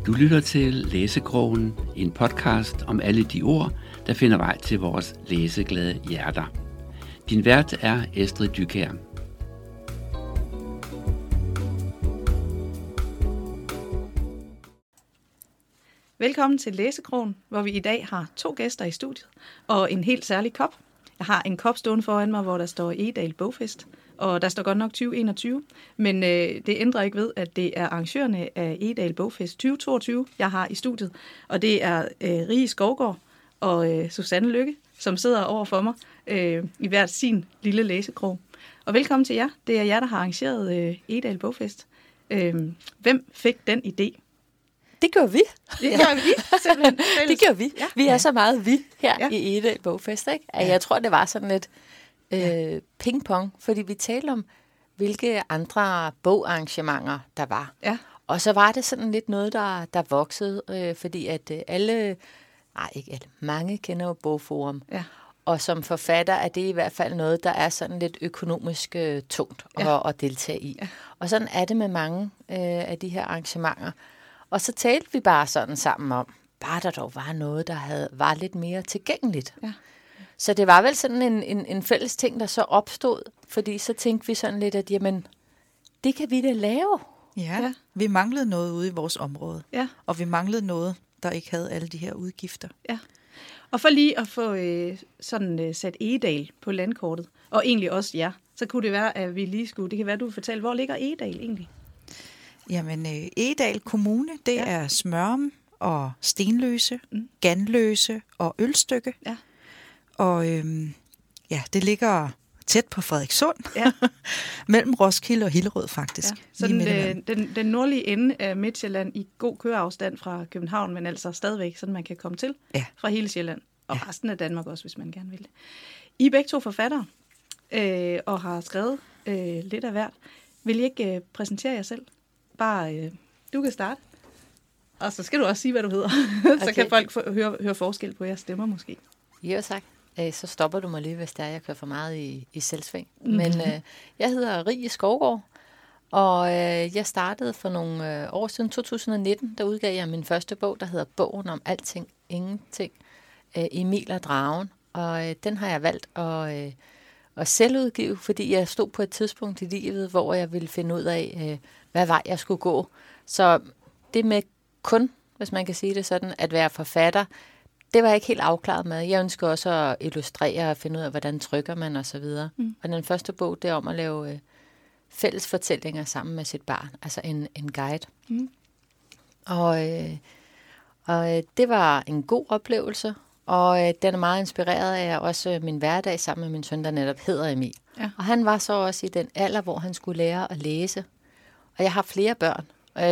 Du lytter til Læsekrogen, en podcast om alle de ord, der finder vej til vores læseglade hjerter. Din vært er Estrid Dykær. Velkommen til Læsekrogen, hvor vi i dag har 2 gæster i studiet og en helt særlig kop. Jeg har en kop stående foran mig, hvor der står Egedal Bogfest, og der står godt nok 2021, men det ændrer ikke ved, at det er arrangørerne af Egedal Bogfest 2022, jeg har i studiet. Og det er Rie Skovgaard og Susanne Lykke, som sidder over for mig i hvert sin lille læsekrog. Og velkommen til jer. Det er jer, der har arrangeret Egedal Bogfest. Hvem fik den idé? Det gør vi. Det gør vi, simpelthen. Det gør vi. Ja. Vi er så meget vi her i Egedal Bogfest, ikke? At jeg tror, det var sådan lidt ping-pong, fordi vi talte om, hvilke andre bogarrangementer der var. Ja. Og så var det sådan lidt noget, der voksede, fordi at mange kender jo Bogforum. Ja. Og som forfatter er det i hvert fald noget, der er sådan lidt økonomisk tungt at deltage i. Ja. Og sådan er det med mange af de her arrangementer. Og så talte vi bare sådan sammen om, bare der dog var noget, der var lidt mere tilgængeligt. Ja. Så det var vel sådan en fælles ting, der så opstod, fordi så tænkte vi sådan lidt, at jamen, det kan vi da lave. Ja, vi manglede noget ude i vores område, og vi manglede noget, der ikke havde alle de her udgifter. Ja. Og for lige at få sat Egedal på landkortet, og egentlig også jer, så kunne det være, at vi lige skulle, det kan være, du fortæller, hvor ligger Egedal egentlig? Jamen, Egedal Kommune, det er Smørum og Stenløse, Ganløse og Ølstykke. Ja. Og det ligger tæt på Frederikssund, mellem Roskilde og Hillerød faktisk. Ja. Så den nordlige ende af Midtjylland i god køreafstand fra København, men altså stadigvæk, så man kan komme til fra hele Sjælland, og resten af Danmark også, hvis man gerne vil det. I er begge 2 forfattere, og har skrevet lidt af hvert. Vil I ikke præsentere jer selv? Bare, du kan starte. Og så skal du også sige, hvad du hedder. Okay. Så kan folk høre forskel på jeres stemmer måske. Jo, tak. Så stopper du mig lige, hvis jeg kører for meget i selvsving. Men jeg hedder Rie Skovgaard, og jeg startede for nogle år siden, 2019, der udgav jeg min første bog, der hedder Bogen om alting, ingenting, Emil og Dragen. Og den har jeg valgt at selvudgive, fordi jeg stod på et tidspunkt i livet, hvor jeg ville finde ud af, hvad vej jeg skulle gå. Så det med kun, hvis man kan sige det sådan, at være forfatter, det var jeg ikke helt afklaret med. Jeg ønsker også at illustrere og finde ud af, hvordan trykker man og så videre. Og den første bog, det er om at lave fælles fortællinger sammen med sit barn, altså en guide. Og det var en god oplevelse, og den er meget inspireret af også min hverdag sammen med min søn, der netop hedder Emil. Ja. Og han var så også i den alder, hvor han skulle lære at læse. Og jeg har flere børn.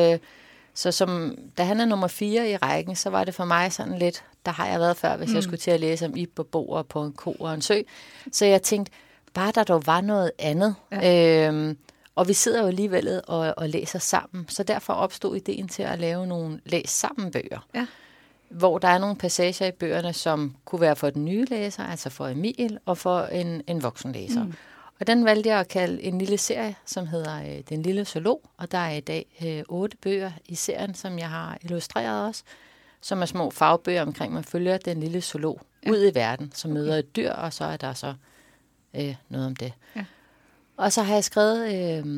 Så da han er nummer 4 i rækken, så var det for mig sådan lidt, der har jeg været før, hvis jeg skulle til at læse om Ib og Bo og på en ko og en sø. Så jeg tænkte, bare der dog var noget andet. Ja. Og vi sidder jo alligevel og læser sammen. Så derfor opstod ideen til at lave nogle læs sammen bøger. Ja. Hvor der er nogle passager i bøgerne, som kunne være for den nye læser, altså for Emil, og for en voksen læser. Og den valgte jeg at kalde en lille serie, som hedder Den Lille Zoolog, og der er i dag 8 bøger i serien, som jeg har illustreret også, som er små fagbøger omkring, man følger den lille zoolog ud i verden, som møder et dyr, og så er der så noget om det. Ja. Og så har jeg skrevet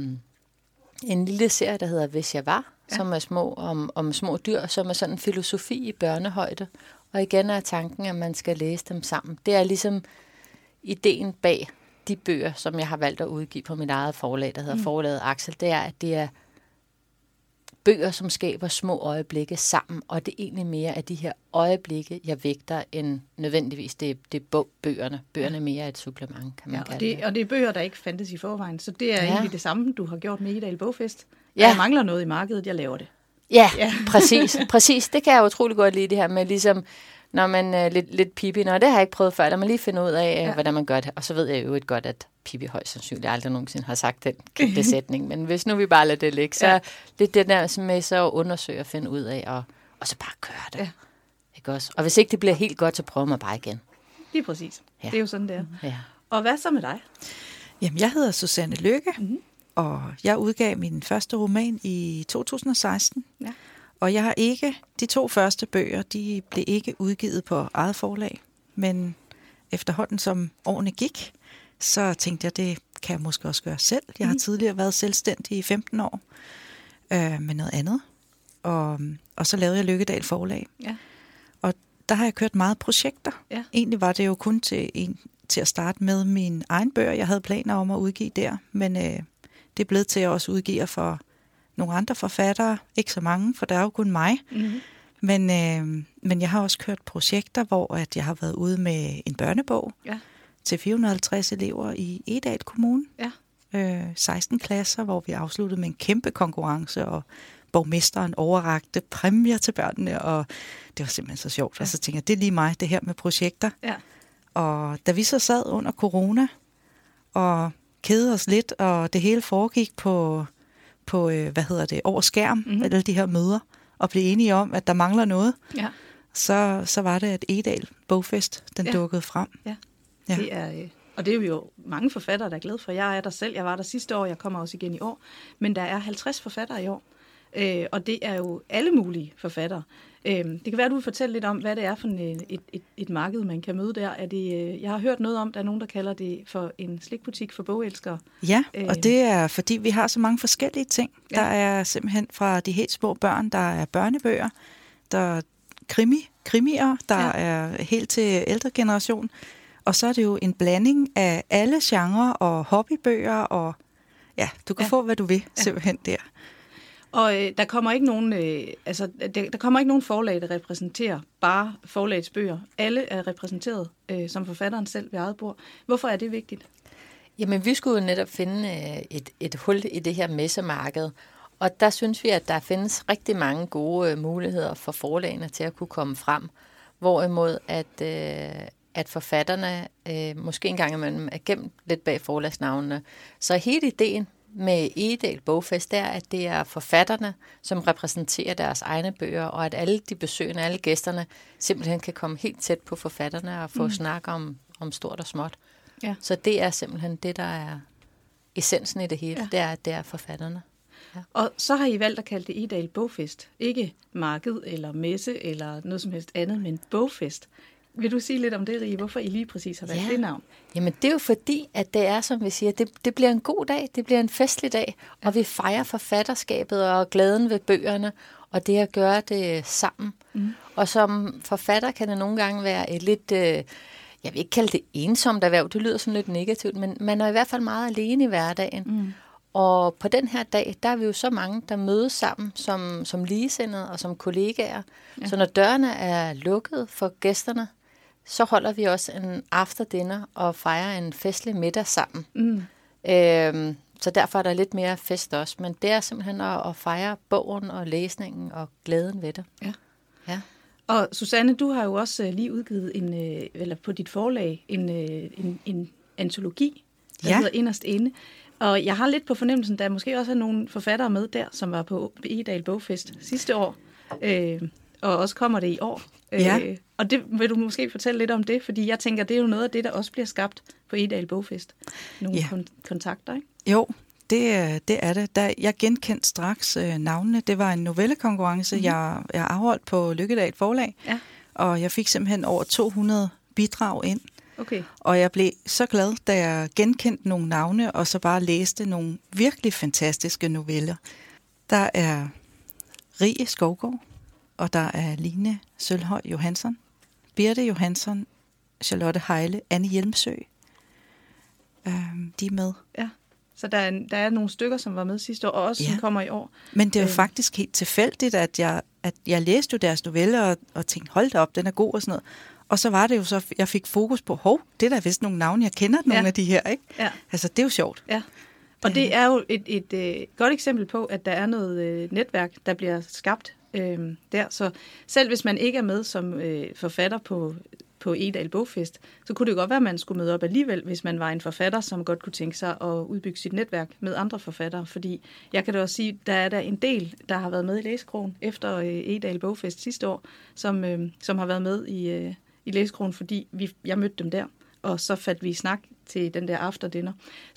en lille serie, der hedder Hvis jeg var, som er små om små dyr, som er sådan en filosofi i børnehøjde. Og igen er tanken, at man skal læse dem sammen. Det er ligesom ideen bag de bøger, som jeg har valgt at udgive på mit eget forlag, der hedder Forlaget Axel. Det er, at det er bøger, som skaber små øjeblikke sammen, og det er egentlig mere af de her øjeblikke, jeg vægter, end nødvendigvis det er bøgerne. Bøgerne er mere et supplement, kan man kalde det. Og det er bøger, der ikke fandtes i forvejen, så det er egentlig det samme, du har gjort med Egedal Bogfest. Jeg mangler noget i markedet, jeg laver det. Ja. Præcis. Det kan jeg utrolig godt lide, det her med ligesom, når man lidt Pippi, det har jeg ikke prøvet før, lad mig lige finde ud af, hvordan man gør det. Og så ved jeg jo ikke godt, at Pippi højst sandsynligt aldrig nogensinde har sagt den besætning. Men hvis nu vi bare lader det ligge, så det der med så at undersøge og finde ud af, og så bare gøre det. Ja. Ikke også? Og hvis ikke det bliver helt godt, så prøver man bare igen. Lige præcis. Ja. Det er jo sådan, det er. Ja. Og hvad så med dig? Jamen, jeg hedder Susanne Lykke, og jeg udgav min første roman i 2016. Ja. Og jeg har ikke, de 2 første bøger, de blev ikke udgivet på eget forlag, men efterhånden som årene gik, så tænkte jeg, det kan jeg måske også gøre selv. Jeg har tidligere været selvstændig i 15 år med noget andet, og så lavede jeg Lykkedal Forlag. Ja. Og der har jeg kørt meget projekter. Ja. Egentlig var det jo kun til at starte med mine egen bøger. Jeg havde planer om at udgive der, men det er blevet til at også udgive for nogle andre forfattere. Ikke så mange, for der er jo kun mig. Mm-hmm. Men jeg har også kørt projekter, hvor at jeg har været ude med en børnebog til 450 elever i Egedal Kommune. Ja. 16 klasser, hvor vi afsluttede med en kæmpe konkurrence, og borgmesteren overrakte præmier til børnene, og det var simpelthen så sjovt. Ja. Og så tænkte jeg, det er lige mig, det her med projekter. Ja. Og da vi så sad under corona, og kedede os lidt, og det hele foregik på over skærm, alle de her møder, og blev enige om, at der mangler noget, så var det, at Egedal Bogfest, den dukkede frem. Ja. Ja. Og det er jo mange forfattere, der er glade for. Jeg er der selv, jeg var der sidste år, jeg kommer også igen i år, men der er 50 forfattere i år. Og det er jo alle mulige forfattere. Det kan være, at du vil fortælle lidt om, hvad det er for et marked, man kan møde der. Jeg har hørt noget om, der er nogen, der kalder det for en slikbutik for bogelskere. Ja, og det er, fordi vi har så mange forskellige ting. Ja. Der er simpelthen fra de helt små børn, der er børnebøger, der er krimier, der er helt til ældre generation. Og så er det jo en blanding af alle genrer og hobbybøger, og ja, du kan få, hvad du vil, simpelthen der. Og der kommer ikke nogen, der kommer ikke nogen forlag, der repræsenterer bare forlagets bøger. Alle er repræsenteret som forfatteren selv ved eget bord. Hvorfor er det vigtigt? Jamen, vi skulle jo netop finde et hul i det her messemarked. Og der synes vi, at der findes rigtig mange gode muligheder for forlagene til at kunne komme frem. Hvorimod at forfatterne måske engang imellem er gemt lidt bag forlagsnavnene. Så hele ideen med Egedal Bogfest er, at det er forfatterne, som repræsenterer deres egne bøger, og at alle de besøgende, alle gæsterne, simpelthen kan komme helt tæt på forfatterne og få snak om stort og småt. Ja. Så det er simpelthen det, der er essensen i det hele. Ja. Det er forfatterne. Ja. Og så har I valgt at kalde det Egedal Bogfest. Ikke marked eller messe eller noget som helst andet, men bogfest. Vil du sige lidt om det, Rie? Hvorfor I lige præcis har valgt det navn? Jamen, det er jo fordi, at det er, som vi siger, det bliver en god dag, det bliver en festlig dag, og vi fejrer forfatterskabet og glæden ved bøgerne, og det at gøre det sammen. Mm. Og som forfatter kan det nogle gange være et lidt, jeg vil ikke kalde det ensomt erhverv, det lyder sådan lidt negativt, men man er i hvert fald meget alene i hverdagen. Mm. Og på den her dag, der er vi jo så mange, der mødes sammen som ligesindede og som kollegaer. Ja. Så når dørene er lukket for gæsterne, så holder vi også en afterdinner og fejrer en festlig middag sammen. Mm. Så derfor er der lidt mere fest også. Men det er simpelthen at fejre bogen og læsningen og glæden ved det. Ja. Ja. Og Susanne, du har jo også lige udgivet på dit forlag en antologi, der hedder Inderst Inde. Og jeg har lidt på fornemmelsen, der måske også er nogle forfattere med der, som var på Egedal Bogfest sidste år. Og også kommer det i år. Ja. Og det vil du måske fortælle lidt om det, fordi jeg tænker, det er jo noget af det, der også bliver skabt på Egedal Bogfest. Nogle kontakter, ikke? Jo, det er det. Jeg genkendte straks navnene. Det var en novellekonkurrence, jeg afholdt på Lykkedal Forlag. Ja. Og jeg fik simpelthen over 200 bidrag ind. Okay. Og jeg blev så glad, da jeg genkendte nogle navne, og så bare læste nogle virkelig fantastiske noveller. Der er Rie Skovgaard, og der er Line Sølhøj Johansson, Birte Johansson, Charlotte Heile, Anne Hjelmsø. De er med. Ja, så der er nogle stykker, som var med sidste år, og også som kommer i år. Men det er jo faktisk helt tilfældigt, at jeg læste jo deres noveller og tænkte, hold da op, den er god og sådan noget. Og så var det jo så, jeg fik fokus på, det er da vist nogle navne, jeg kender nogle af de her, ikke? Ja. Altså, det er jo sjovt. Ja. Og det er jo et godt eksempel på, at der er noget netværk, der bliver skabt der. Så selv hvis man ikke er med som forfatter på Egedal Bogfest, så kunne det godt være, at man skulle møde op alligevel, hvis man var en forfatter, som godt kunne tænke sig at udbygge sit netværk med andre forfattere. Fordi jeg kan da også sige, der er der en del, der har været med i Læsekrogen efter Egedal Bogfest sidste år, som har været med i Læsekrogen, fordi jeg mødte dem der, og så faldt vi i snak til den der afterdinner.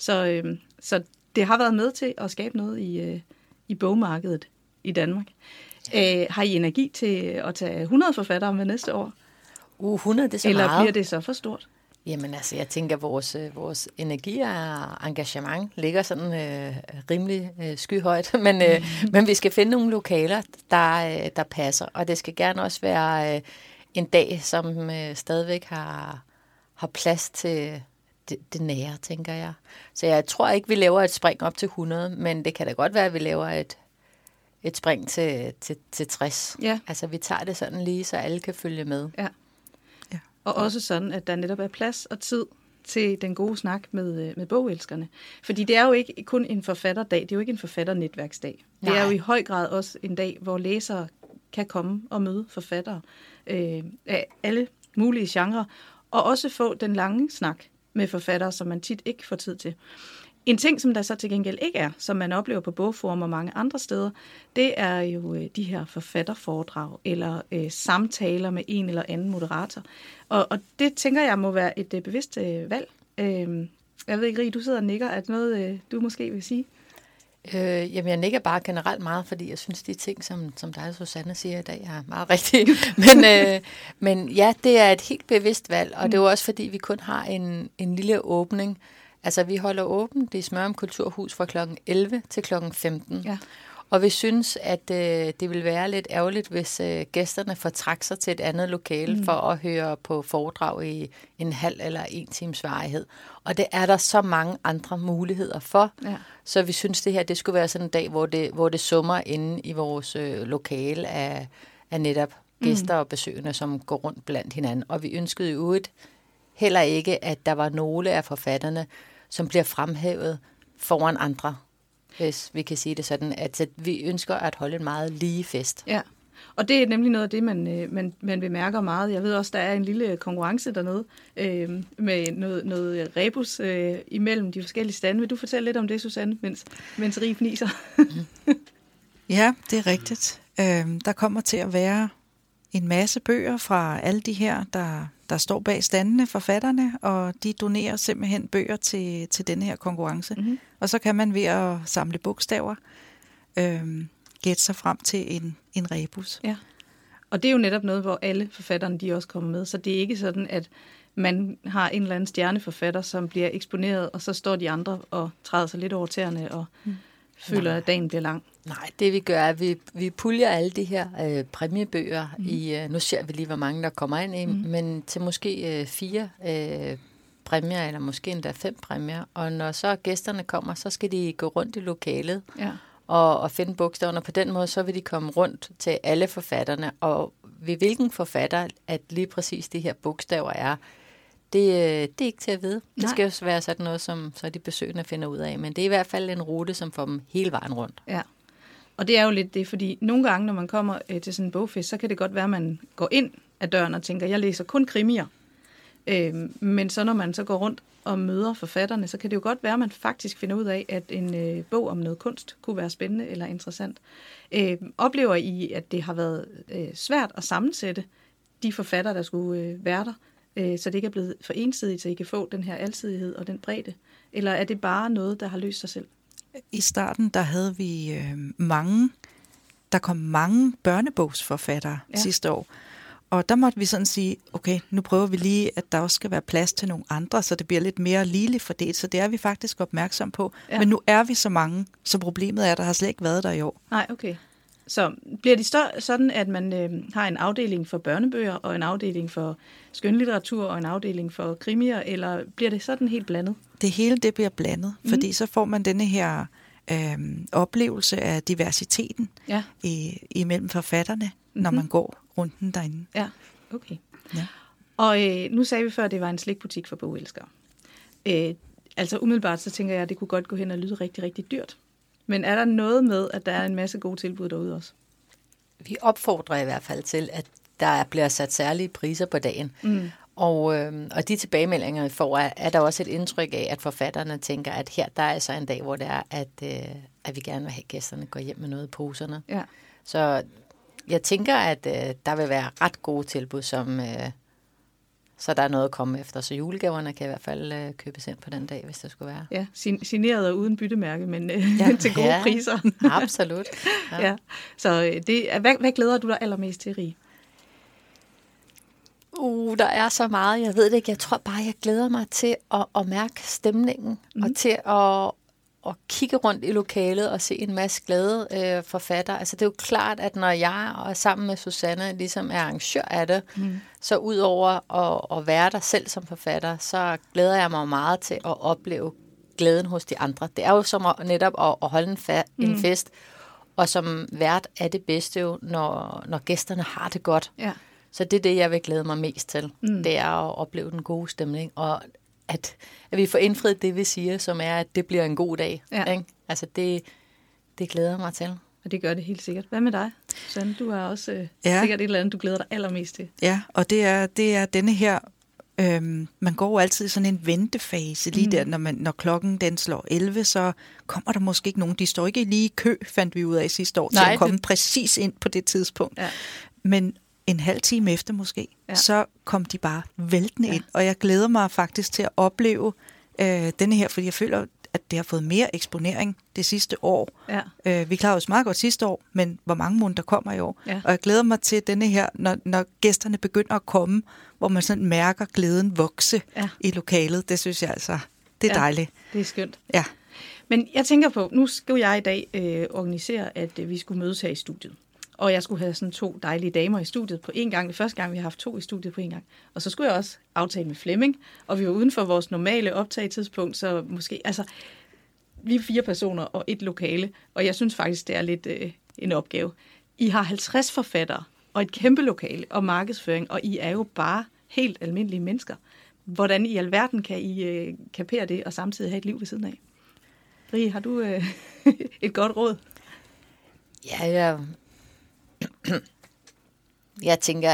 Så det har været med til at skabe noget i bogmarkedet i Danmark. Har I energi til at tage 100 forfattere med næste år? 100, det er så Eller meget. bliver det så for stort? Jamen altså, jeg tænker, at vores energi og engagement ligger sådan rimelig skyhøjt, men vi skal finde nogle lokaler, der passer, og det skal gerne også være en dag, som stadigvæk har plads til det nære, tænker jeg. Så jeg tror ikke, vi laver et spring op til 100, men det kan da godt være, at vi laver et spring til 60. Ja. Altså, vi tager det sådan lige, så alle kan følge med. Ja. Og også sådan, at der netop er plads og tid til den gode snak med bogelskerne. Fordi det er jo ikke kun en forfatterdag, det er jo ikke en forfatternetværksdag. Det er jo i høj grad også en dag, hvor læsere kan komme og møde forfattere af alle mulige genrer, og også få den lange snak med forfattere, som man tit ikke får tid til. En ting, som der så til gengæld ikke er, som man oplever på Bogforum og mange andre steder, det er jo de her forfatterforedrag eller samtaler med en eller anden moderator. Og det tænker jeg må være et bevidst valg. Jeg ved ikke, Rie, du sidder og nikker. Er det noget, du måske vil sige? Jamen, jeg nikker bare generelt meget, fordi jeg synes, de ting, som dig og Susanne siger i dag, er meget rigtige. Men ja, det er et helt bevidst valg, og det er jo også, fordi vi kun har en lille åbning. Altså, vi holder åbent i Smørum Kulturhus fra kl. 11 til kl. 15. Ja. Og vi synes, at det vil være lidt ærgerligt, hvis gæsterne får trække sig til et andet lokale for at høre på foredrag i en halv eller 1 times varighed. Og det er der så mange andre muligheder for. Ja. Så vi synes, det skulle være sådan en dag, hvor det summer inde i vores lokale af netop gæster og besøgende, som går rundt blandt hinanden. Og vi ønskede jo heller ikke, at der var nogle af forfatterne, som bliver fremhævet foran andre, hvis vi kan sige det sådan, at vi ønsker at holde en meget lige fest. Ja, og det er nemlig noget af det, man bemærker meget. Jeg ved også, der er en lille konkurrence dernede med noget rebus imellem de forskellige stande. Vil du fortælle lidt om det, Susanne, mens Rie fniser? Ja, det er rigtigt. Der kommer til at være en masse bøger fra alle de her, der står bag standene, forfatterne, og de donerer simpelthen bøger til denne her konkurrence. Mm-hmm. Og så kan man ved at samle bogstaver gætte sig frem til en rebus. Ja, og det er jo netop noget, hvor alle forfatterne de også kommer med, så det er ikke sådan, at man har en eller anden stjerneforfatter, som bliver eksponeret, og så står de andre og træder sig lidt over tæerne og føler, at dagen bliver lang. Nej, det vi gør, er, at vi puljer alle de her præmiebøger i, nu ser vi lige, hvor mange der kommer ind i, men til måske 4 præmier, eller måske endda 5 præmier. Og når så gæsterne kommer, så skal de gå rundt i lokalet og finde bogstaverne. På den måde, så vil de komme rundt til alle forfatterne, og ved hvilken forfatter, at lige præcis de her bogstaver er, det er ikke til at vide. Det skal jo være sådan noget, som så de besøgende finder ud af. Men det er i hvert fald en rute, som får dem hele vejen rundt. Ja. Og det er jo lidt det, fordi nogle gange, når man kommer til sådan en bogfest, så kan det godt være, at man går ind ad døren og tænker, jeg læser kun krimier. Men så når man så går rundt og møder forfatterne, så kan det jo godt være, at man faktisk finder ud af, at en bog om noget kunst kunne være spændende eller interessant. Oplever I, at det har været svært at sammensætte de forfattere, der skulle være der, så det ikke er blevet for ensidigt, så I kan få den her alsidighed og den bredde? Eller er det bare noget, der har løst sig selv? I starten, der havde vi der kom mange børnebogsforfattere sidste år. Og der måtte vi sådan sige, okay, nu prøver vi lige, at der også skal være plads til nogle andre, så det bliver lidt mere ligeligt fordelt. Så det er vi faktisk opmærksom på. Ja. Men nu er vi så mange, så problemet er, at der har slet ikke været der i år. Nej, okay. Så bliver det sådan, at man har en afdeling for børnebøger, og en afdeling for skønlitteratur, og en afdeling for krimier, eller bliver det sådan helt blandet? Det hele det bliver blandet, fordi så får man denne her oplevelse af diversiteten imellem forfatterne, når man går runden derinde. Ja, okay. Ja. Og nu sagde vi før, at det var en slikbutik for bogelskere. Altså umiddelbart, så tænker jeg, at det kunne godt gå hen og lyde rigtig, rigtig dyrt. Men er der noget med, at der er en masse gode tilbud derude også? Vi opfordrer i hvert fald til, at der bliver sat særlige priser på dagen. Og de tilbagemeldinger, vi får, er der også et indtryk af, at forfatterne tænker, at her der er så en dag, hvor det er, at vi gerne vil have gæsterne gå hjem med noget i poserne. Ja. Så jeg tænker, at der vil være ret gode tilbud, Så der er noget at komme efter. Så julegaverne kan i hvert fald købes ind på den dag, hvis det skulle være. Ja, signeret og uden byttemærke, men til gode priser. Absolut. Ja. Så hvad glæder du dig allermest til, Rie? Der er så meget, jeg ved det ikke. Jeg tror bare, jeg glæder mig til at mærke stemningen, og til at kigge rundt i lokalet og se en masse glade forfattere. Altså det er jo klart, at når jeg og sammen med Susanne ligesom er arrangør af det, så udover at være der selv som forfatter, så glæder jeg mig meget til at opleve glæden hos de andre. Det er jo som netop at holde en fest, og som vært er det bedste jo, når gæsterne har det godt. Ja. Så det er det, jeg vil glæde mig mest til. Det er at opleve den gode stemning, og at vi får indfriet det, vi siger, som er, at det bliver en god dag. Ja. Ikke? Altså det glæder mig til. Og det gør det helt sikkert. Hvad med dig, Susanne? Du har også sikkert et eller andet, du glæder dig allermest til. Ja, og det er denne her, man går jo altid i sådan en ventefase, lige der, når klokken den slår 11, så kommer der måske ikke nogen. De står ikke lige i kø, fandt vi ud af sidste år, til at komme præcis ind på det tidspunkt. Ja. Men en halv time efter måske, så kom de bare væltende ind. Og jeg glæder mig faktisk til at opleve denne her, fordi jeg føler, at det har fået mere eksponering det sidste år. Ja. Vi klarede os meget godt sidste år, men hvor mange måneder der kommer i år. Ja. Og jeg glæder mig til denne her, når gæsterne begynder at komme, hvor man sådan mærker glæden vokse i lokalet. Det synes jeg altså, det er dejligt. Det er skønt. Ja. Men jeg tænker på, nu skulle jeg i dag organisere, at vi skulle mødes her i studiet. Og jeg skulle have sådan 2 dejlige damer i studiet på en gang. Det første gang, vi har haft 2 i studiet på en gang. Og så skulle jeg også aftale med Flemming. Og vi var uden for vores normale optagetidspunkt, så måske... Altså, vi er 4 personer og 1 lokale. Og jeg synes faktisk, det er lidt en opgave. I har 50 forfattere og et kæmpe lokale og markedsføring. Og I er jo bare helt almindelige mennesker. Hvordan i alverden kan I kapere det og samtidig have et liv ved siden af? Rie, har du et godt råd? Ja, jeg tænker,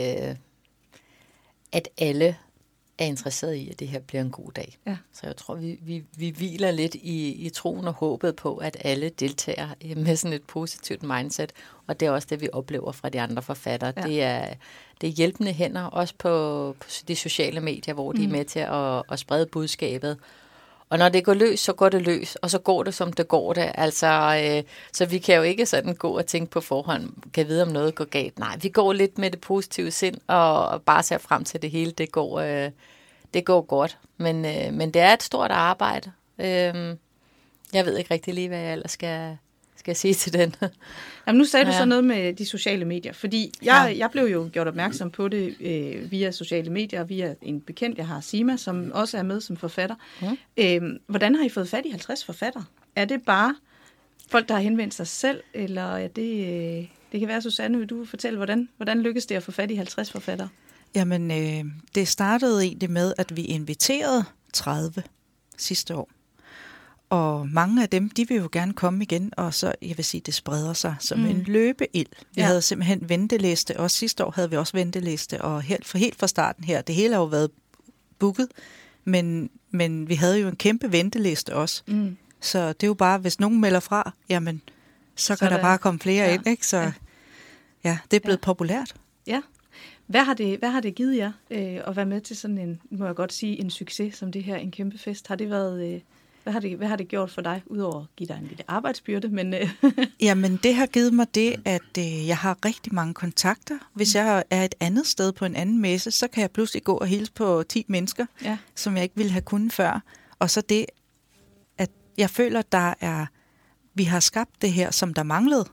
at alle er interesseret i, at det her bliver en god dag. Ja. Så jeg tror, vi hviler lidt i troen og håbet på, at alle deltager med sådan et positivt mindset. Og det er også det, vi oplever fra de andre forfattere. Ja. Det er hjælpende hænder, også på de sociale medier, hvor de er med til at sprede budskabet. Og når det går løs, så går det løs, og så går det, som det går det. Altså, så vi kan jo ikke sådan gå og tænke på forhånd, kan vide, om noget går galt. Nej, vi går lidt med det positive sind, og bare ser frem til det hele. Det går godt, men det er et stort arbejde. Jeg ved ikke rigtig lige, hvad jeg ellers skal sige til den. Jamen, nu sagde du så noget med de sociale medier, fordi jeg blev jo gjort opmærksom på det via sociale medier, via en bekendt, jeg har, Sima, som også er med som forfatter. Hvordan har I fået fat i 50 forfattere? Er det bare folk, der har henvendt sig selv, eller er det... det kan være, Susanne, vil du fortælle, hvordan lykkedes det at få fat i 50 forfattere? Jamen, det startede egentlig med, at vi inviterede 30 sidste år. Og mange af dem, de vil jo gerne komme igen, og så, jeg vil sige, det spreder sig som en løbeild. Vi havde simpelthen venteliste, og sidste år havde vi også venteliste, og helt fra starten her, det hele har jo været booket, men vi havde jo en kæmpe venteliste også. Så det er jo bare, hvis nogen melder fra, jamen, så kan der bare komme flere ind, ikke? Så ja, det er blevet populært. Ja. Hvad har det givet jer at være med til sådan en, må jeg godt sige, en succes som det her, en kæmpe fest? Har det været... Hvad har det gjort for dig, udover at give dig en lille arbejdsbyrde? Men Jamen, det har givet mig det, at jeg har rigtig mange kontakter. Hvis jeg er et andet sted på en anden messe, så kan jeg pludselig gå og hilse på 10 mennesker, som jeg ikke ville have kunnet før. Og så det, at jeg føler, vi har skabt det her, som der manglede.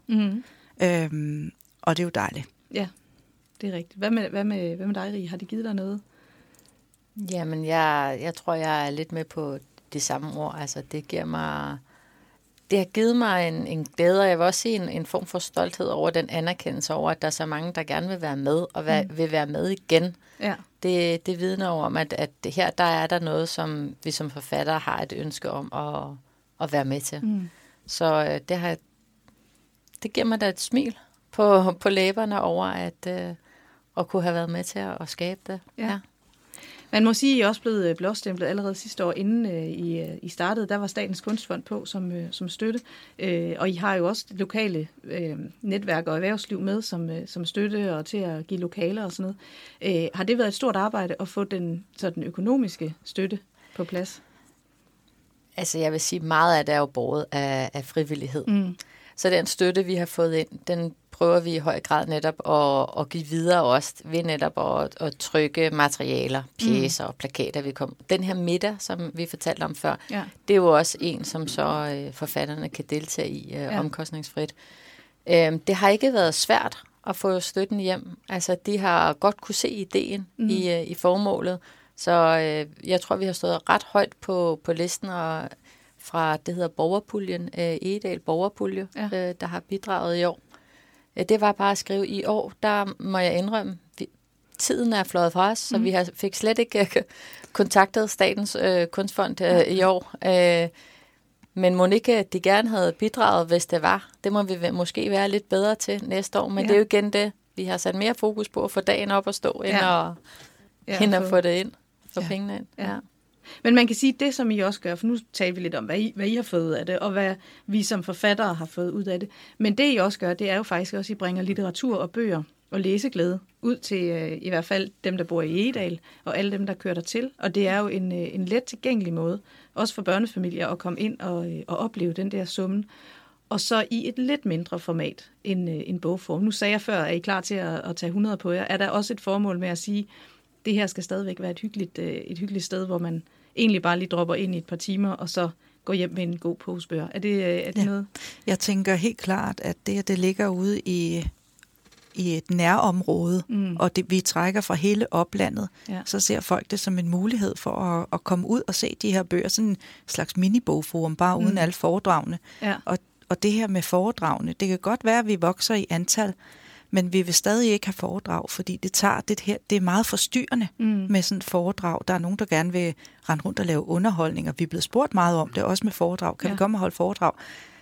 Og det er jo dejligt. Ja, det er rigtigt. Hvad med dig, Rie? Har det givet dig noget? Jamen, jeg tror, jeg er lidt med på det samme ord. Altså, det har givet mig en glæde, og jeg vil også sige en form for stolthed over den anerkendelse over, at der er så mange, der gerne vil være med, og vil være med igen. Ja. Det vidner om, at her der er der noget, som vi som forfattere har et ønske om at være med til. Så det giver mig da et smil på læberne over, at kunne have været med til at skabe det. Ja. Man må sige, at I er også blevet blåstemplet allerede sidste år, inden I startede. Der var Statens Kunstfond på som støtte, og I har jo også lokale netværk og erhvervsliv med som støtte og til at give lokaler og sådan noget. Har det været et stort arbejde at få den økonomiske støtte på plads? Altså jeg vil sige, meget af det er jo båret af frivillighed. Så den støtte, vi har fået ind, den prøver vi i høj grad netop at give videre også ved netop at trykke materialer, pjecer og plakater, vi kom. Den her middag, som vi fortalte om før, det er jo også en, som så forfatterne kan deltage i omkostningsfrit. Det har ikke været svært at få støtten hjem. Altså de har godt kunne se ideen i formålet, så jeg tror, vi har stået ret højt på listen og fra, det hedder Borgerpuljen, Egedal Borgerpulje, der har bidraget i år. Det var bare at skrive, i år, der må jeg indrømme, tiden er fløjet fra os, så vi fik slet ikke kontaktet Statens Kunstfond i år. Men må ikke, de gerne havde bidraget, hvis det var. Det må vi måske være lidt bedre til næste år, men det er jo igen det, vi har sat mere fokus på at få dagen op at stå, end at få det ind, få pengene ind. Ja. Men man kan sige, at det, som I også gør, for nu taler vi lidt om, hvad I har fået ud af det, og hvad vi som forfattere har fået ud af det. Men det, I også gør, det er jo faktisk også, at I bringer litteratur og bøger og læseglæde ud til i hvert fald dem, der bor i Egedal, og alle dem, der kører dertil. Og det er jo en let tilgængelig måde, også for børnefamilier, at komme ind og opleve den der summen. Og så i et lidt mindre format end bogform. Nu sagde jeg før, er I klar til at tage 100 på jer? Er der også et formål med at sige, det her skal stadigvæk være et hyggeligt sted, hvor man egentlig bare lige dropper ind i et par timer, og så går hjem med en god pose bøger. Er det noget? Jeg tænker helt klart, at det ligger ude i et nærområde, og vi trækker fra hele oplandet, så ser folk det som en mulighed for at komme ud og se de her bøger. Sådan en slags minibogforum, bare uden alle foredragene. Ja. Og det her med foredragene, det kan godt være, at vi vokser i antal, men vi vil stadig ikke have foredrag, fordi det er meget forstyrrende med sådan et foredrag. Der er nogen, der gerne vil rende rundt og lave underholdning, og vi er blevet spurgt meget om det, også med foredrag. Kan vi komme og holde foredrag?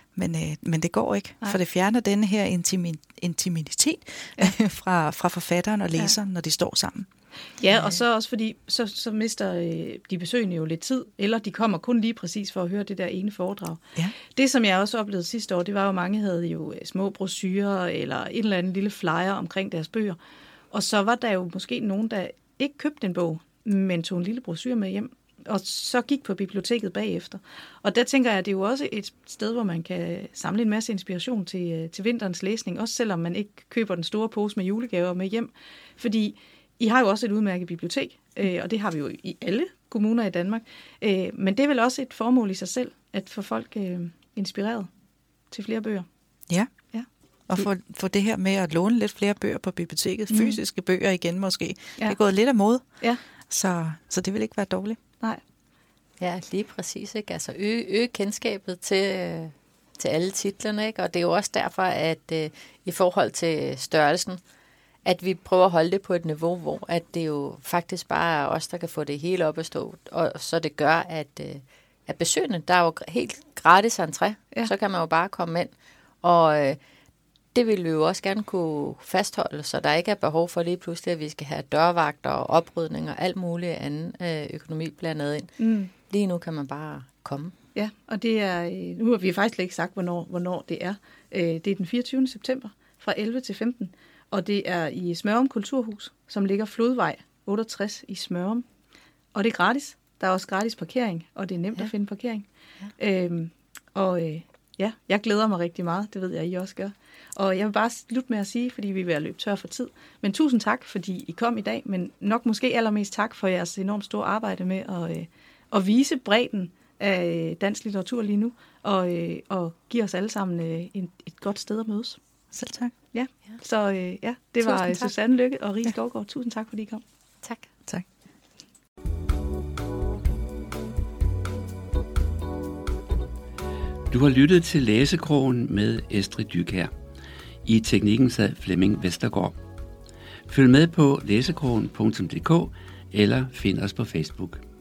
Men det går ikke, for det fjerner denne her intimitet fra forfatteren og læseren, når de står sammen. Ja, og så også fordi, så mister de besøgende jo lidt tid, eller de kommer kun lige præcis for at høre det der ene foredrag. Ja. Det, som jeg også oplevede sidste år, det var jo, mange havde jo små brochurer, eller en eller anden lille flyer omkring deres bøger. Og så var der jo måske nogen, der ikke købte en bog, men tog en lille brochure med hjem, og så gik på biblioteket bagefter. Og der tænker jeg, at det er jo også et sted, hvor man kan samle en masse inspiration til vinterens læsning, også selvom man ikke køber den store pose med julegaver med hjem. Fordi I har jo også et udmærket bibliotek, og det har vi jo i alle kommuner i Danmark. Men det er vel også et formål i sig selv, at få folk inspireret til flere bøger. Ja. Og få det her med at låne lidt flere bøger på biblioteket, fysiske bøger igen måske. Det er gået lidt af mode, så det vil ikke være dårligt. Nej. Ja, lige præcis. Ikke? Altså øge kendskabet til alle titlerne, ikke? Og det er jo også derfor, at i forhold til størrelsen, at vi prøver at holde det på et niveau, hvor at det jo faktisk bare er os, der kan få det hele op at stå. Og så det gør, at besøgende, der er jo helt gratis entré, så kan man jo bare komme ind. Og det vil vi jo også gerne kunne fastholde, så der ikke er behov for lige pludselig, at vi skal have dørvagter og oprydning og alt muligt anden økonomi blandet ind. Lige nu kan man bare komme. Ja, og det er, nu har vi faktisk ikke sagt, hvornår det er. Det er den 24. september fra 11 til 15. Og det er i Smørum Kulturhus, som ligger Flodvej 68 i Smørum. Og det er gratis. Der er også gratis parkering, og det er nemt at finde parkering. Ja. Jeg glæder mig rigtig meget. Det ved jeg, I også gør. Og jeg vil bare slutte med at sige, fordi vi er ved at løbe tør for tid. Men tusind tak, fordi I kom i dag. Men nok måske allermest tak for jeres enormt store arbejde med at vise bredden af dansk litteratur lige nu. Og give os alle sammen et godt sted at mødes. Selv tak. Ja, så det var Susanne Lykke og Rie Skovgaard. Tusind tak, fordi I kom. Tak. Tak. Du har lyttet til Læsekrogen med Estrid Dykær. I teknikken sad Flemming Vestergaard. Følg med på læsekrogen.dk eller find os på Facebook.